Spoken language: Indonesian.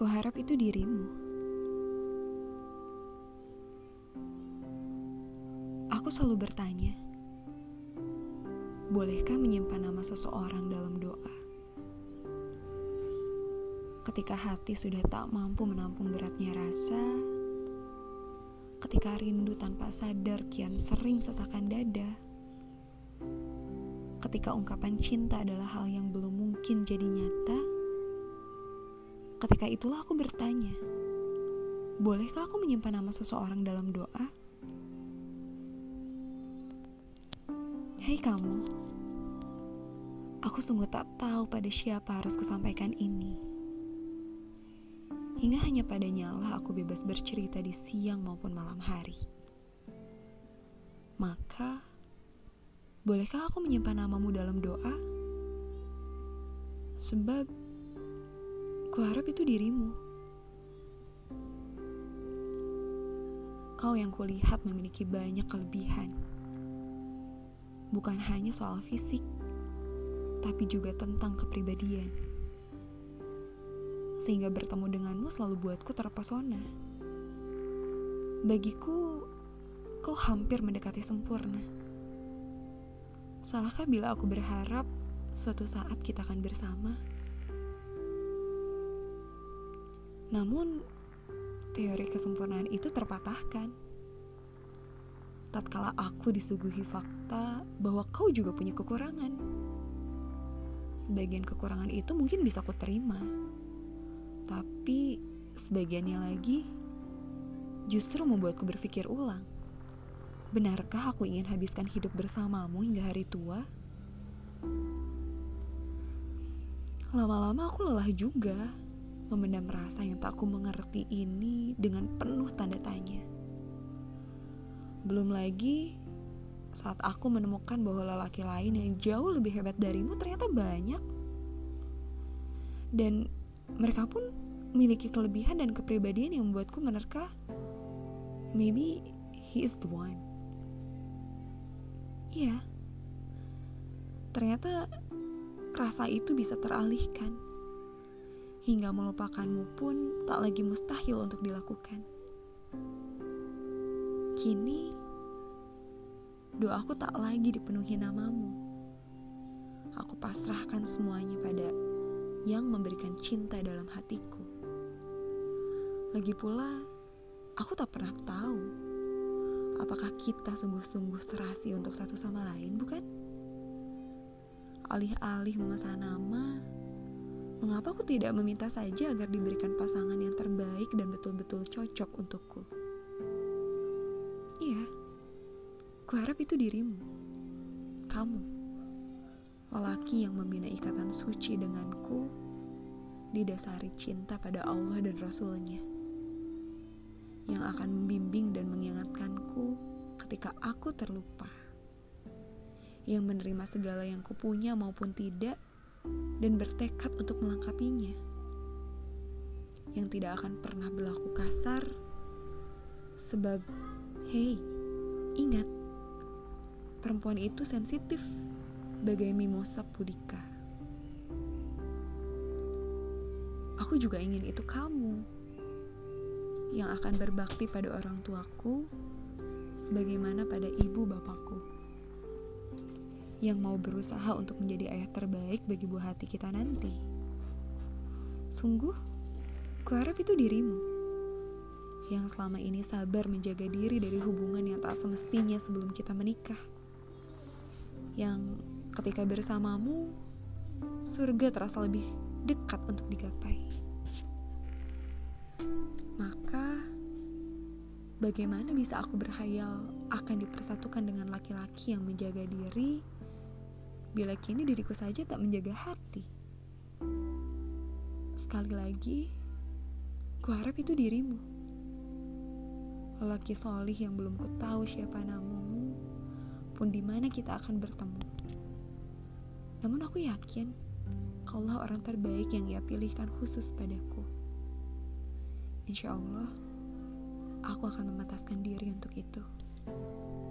Kuharap itu dirimu. Aku selalu bertanya, bolehkah menyimpan nama seseorang dalam doa? Ketika hati sudah tak mampu menampung beratnya rasa, ketika rindu tanpa sadar kian sering sesakan dada, ketika ungkapan cinta adalah hal yang belum mungkin jadi nyata, ketika itulah aku bertanya, bolehkah aku menyimpan nama seseorang dalam doa? Hei kamu, aku sungguh tak tahu pada siapa harus kusampaikan ini. Hingga hanya padanya lah aku bebas bercerita di siang maupun malam hari. Maka, bolehkah aku menyimpan namamu dalam doa? Sebab, kuharap itu dirimu. Kau yang kulihat memiliki banyak kelebihan. Bukan hanya soal fisik, tapi juga tentang kepribadian. Sehingga bertemu denganmu selalu buatku terpesona. Bagiku, kau hampir mendekati sempurna. Salahkah bila aku berharap suatu saat kita akan bersama? Namun, teori kesempurnaan itu terpatahkan tatkala aku disuguhi fakta bahwa kau juga punya kekurangan. Sebagian kekurangan itu mungkin bisa kuterima, tapi sebagiannya lagi justru membuatku berpikir ulang. Benarkah aku ingin habiskan hidup bersamamu hingga hari tua? Lama-lama aku lelah juga memendam rasa yang tak ku mengerti ini dengan penuh tanda tanya. Belum lagi saat aku menemukan bahwa lelaki lain yang jauh lebih hebat darimu ternyata banyak. Dan mereka pun memiliki kelebihan dan kepribadian yang membuatku menerka, maybe he is the one. Iya, ternyata rasa itu bisa teralihkan. Hingga melupakanmu pun tak lagi mustahil untuk dilakukan. Kini, doaku tak lagi dipenuhi namamu. Aku pasrahkan semuanya pada yang memberikan cinta dalam hatiku. Lagi pula, aku tak pernah tahu apakah kita sungguh-sungguh serasi untuk satu sama lain, bukan? Alih-alih memesan nama, mengapa aku tidak meminta saja agar diberikan pasangan yang terbaik dan betul-betul cocok untukku? Iya, kuharap itu dirimu, kamu, lelaki yang membina ikatan suci denganku, didasari cinta pada Allah dan Rasul-Nya, yang akan membimbing dan mengingatkanku ketika aku terlupa, yang menerima segala yang kupunya maupun tidak, dan bertekad untuk melengkapinya, yang tidak akan pernah berlaku kasar, sebab, hei, ingat, perempuan itu sensitif bagai mimosa pudica. Aku juga ingin itu kamu, yang akan berbakti pada orang tuaku, sebagaimana pada ibu bapakku, yang mau berusaha untuk menjadi ayah terbaik bagi buah hati kita nanti. Sungguh, kuharap itu dirimu, yang selama ini sabar menjaga diri dari hubungan yang tak semestinya sebelum kita menikah. Yang ketika bersamamu, surga terasa lebih dekat untuk digapai. Maka, bagaimana bisa aku berkhayal akan dipersatukan dengan laki-laki yang menjaga diri, bila kini diriku saja tak menjaga hati? Sekali lagi, kuharap itu dirimu, lelaki solih yang belum ku tahu siapa namamu, pun di mana kita akan bertemu. Namun aku yakin, kaulah orang terbaik yang ia pilihkan khusus padaku. Insya Allah, aku akan memataskan diri untuk itu.